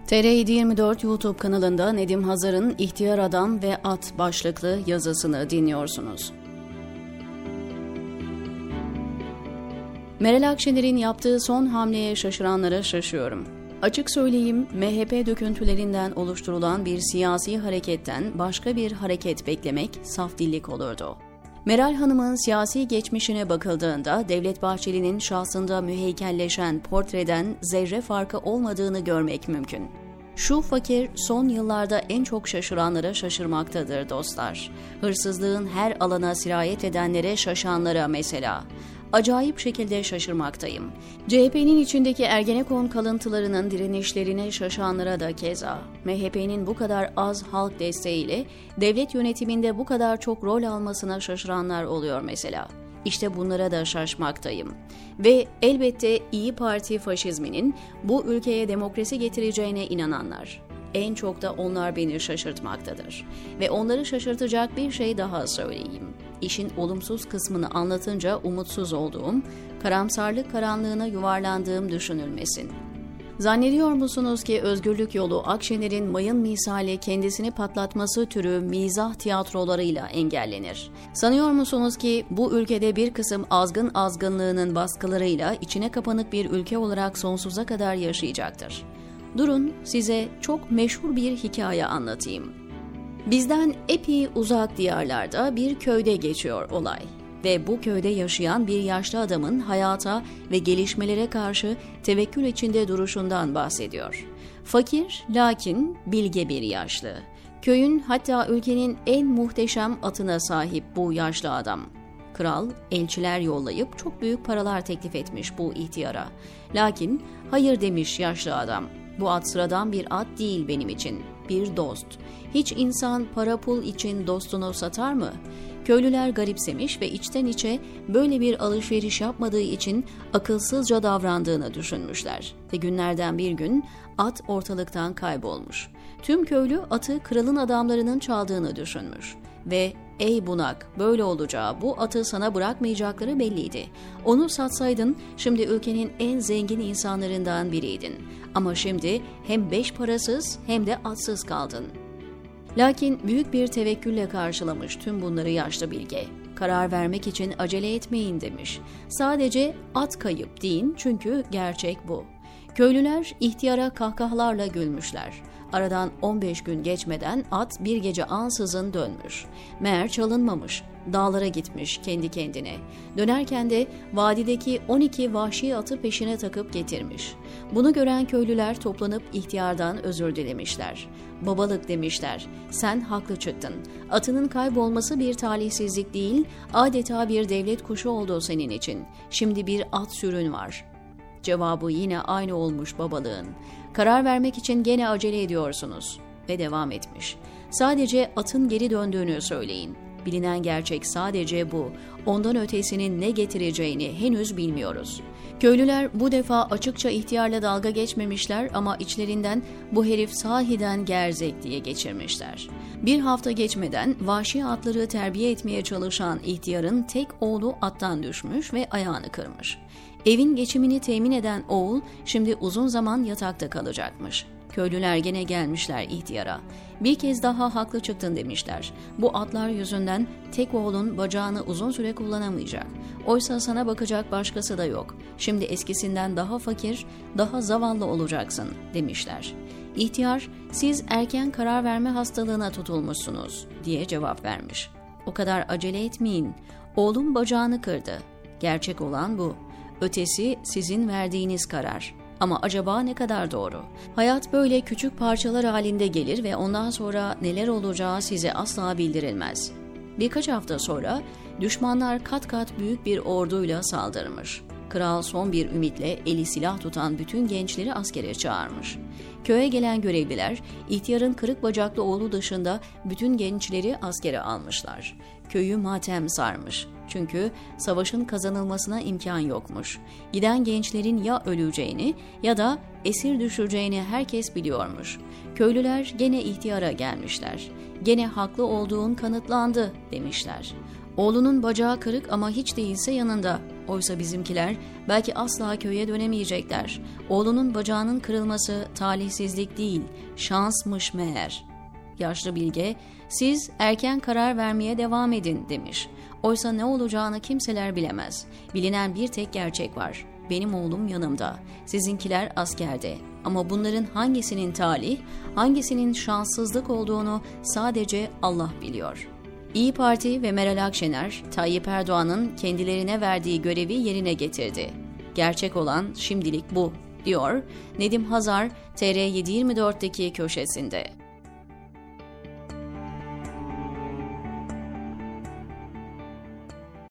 TR724 YouTube kanalında Nedim Hazar'ın İhtiyar Adam ve At başlıklı yazısını dinliyorsunuz. Meral Akşener'in yaptığı son hamleye şaşıranlara şaşıyorum. Açık söyleyeyim, MHP döküntülerinden oluşturulan bir siyasi hareketten başka bir hareket beklemek safdillik olurdu. Meral Hanım'ın siyasi geçmişine bakıldığında Devlet Bahçeli'nin şahsında müheykelleşen portreden zerre farkı olmadığını görmek mümkün. Şu fakir son yıllarda en çok şaşıranlara şaşırmaktadır dostlar. Hırsızlığın her alana sirayet edenlere şaşanlara mesela. Acayip şekilde şaşırmaktayım. CHP'nin içindeki Ergenekon kalıntılarının direnişlerine şaşanlara da keza. MHP'nin bu kadar az halk desteğiyle devlet yönetiminde bu kadar çok rol almasına şaşıranlar oluyor mesela. İşte bunlara da şaşmaktayım. Ve elbette İyi Parti faşizminin bu ülkeye demokrasi getireceğine inananlar. En çok da onlar beni şaşırtmaktadır. Ve onları şaşırtacak bir şey daha söyleyeyim. İşin olumsuz kısmını anlatınca umutsuz olduğum, karamsarlık karanlığına yuvarlandığım düşünülmesin. Zannediyor musunuz ki özgürlük yolu Akşener'in mayın misali kendisini patlatması türü mizah tiyatrolarıyla engellenir? Sanıyor musunuz ki bu ülkede bir kısım azgın azgınlığının baskılarıyla içine kapanık bir ülke olarak sonsuza kadar yaşayacaktır? Durun size çok meşhur bir hikaye anlatayım. Bizden epey uzak diyarlarda bir köyde geçiyor olay. Ve bu köyde yaşayan bir yaşlı adamın hayata ve gelişmelere karşı tevekkül içinde duruşundan bahsediyor. Fakir, lakin bilge bir yaşlı. Köyün hatta ülkenin en muhteşem atına sahip bu yaşlı adam. Kral, elçiler yollayıp çok büyük paralar teklif etmiş bu ihtiyara. Lakin hayır demiş yaşlı adam. Bu at sıradan bir at değil benim için, bir dost. Hiç insan para pul için dostunu satar mı? Köylüler garipsemiş ve içten içe böyle bir alışveriş yapmadığı için akılsızca davrandığını düşünmüşler. Ve günlerden bir gün at ortalıktan kaybolmuş. Tüm köylü atı kralın adamlarının çaldığını düşünmüş. Ve ey bunak, böyle olacağı, bu atı sana bırakmayacakları belliydi. Onu satsaydın şimdi ülkenin en zengin insanlarından biriydin. Ama şimdi hem beş parasız hem de atsız kaldın. Lakin büyük bir tevekkülle karşılamış tüm bunları yaşlı bilge. Karar vermek için acele etmeyin demiş. Sadece at kayıp deyin çünkü gerçek bu. Köylüler ihtiyara kahkahalarla gülmüşler. Aradan 15 gün geçmeden at bir gece ansızın dönmüş. Meğer çalınmamış. Dağlara gitmiş kendi kendine. Dönerken de vadideki 12 vahşi atı peşine takıp getirmiş. Bunu gören köylüler toplanıp ihtiyardan özür dilemişler. Babalık demişler. Sen haklı çıktın. Atının kaybolması bir talihsizlik değil, adeta bir devlet kuşu oldu senin için. Şimdi bir at sürün var. Cevabı yine aynı olmuş babalığın. Karar vermek için gene acele ediyorsunuz. Ve devam etmiş. Sadece atın geri döndüğünü söyleyin. Bilinen gerçek sadece bu. Ondan ötesinin ne getireceğini henüz bilmiyoruz. Köylüler bu defa açıkça ihtiyarla dalga geçmemişler ama içlerinden bu herif sahiden gerzek diye geçirmişler. Bir hafta geçmeden vahşi atları terbiye etmeye çalışan ihtiyarın tek oğlu attan düşmüş ve ayağını kırmış. Evin geçimini temin eden oğul şimdi uzun zaman yatakta kalacakmış. Köylüler gene gelmişler ihtiyara. Bir kez daha haklı çıktın demişler. Bu atlar yüzünden tek oğlun bacağını uzun süre kullanamayacak. Oysa sana bakacak başkası da yok. Şimdi eskisinden daha fakir, daha zavallı olacaksın demişler. İhtiyar, siz erken karar verme hastalığına tutulmuşsunuz diye cevap vermiş. O kadar acele etmeyin. Oğlum bacağını kırdı. Gerçek olan bu. Ötesi sizin verdiğiniz karar. Ama acaba ne kadar doğru? Hayat böyle küçük parçalar halinde gelir ve ondan sonra neler olacağı size asla bildirilmez. Birkaç hafta sonra düşmanlar kat kat büyük bir orduyla saldırmış. Kral son bir ümitle eli silah tutan bütün gençleri askere çağırmış. Köye gelen görevliler ihtiyarın kırık bacaklı oğlu dışında bütün gençleri askere almışlar. Köyü matem sarmış. Çünkü savaşın kazanılmasına imkan yokmuş. Giden gençlerin ya öleceğini ya da esir düşüreceğini herkes biliyormuş. Köylüler gene ihtiyara gelmişler. Gene haklı olduğun kanıtlandı demişler. Oğlunun bacağı kırık ama hiç değilse yanında. Oysa bizimkiler belki asla köye dönemeyecekler. Oğlunun bacağının kırılması talihsizlik değil, şansmış meğer. Yaşlı bilge, siz erken karar vermeye devam edin demiş. Oysa ne olacağını kimseler bilemez. Bilinen bir tek gerçek var. Benim oğlum yanımda, sizinkiler askerde. Ama bunların hangisinin talih, hangisinin şanssızlık olduğunu sadece Allah biliyor. İYİ Parti ve Meral Akşener, Tayyip Erdoğan'ın kendilerine verdiği görevi yerine getirdi. Gerçek olan şimdilik bu, diyor Nedim Hazar, TR724'deki köşesinde.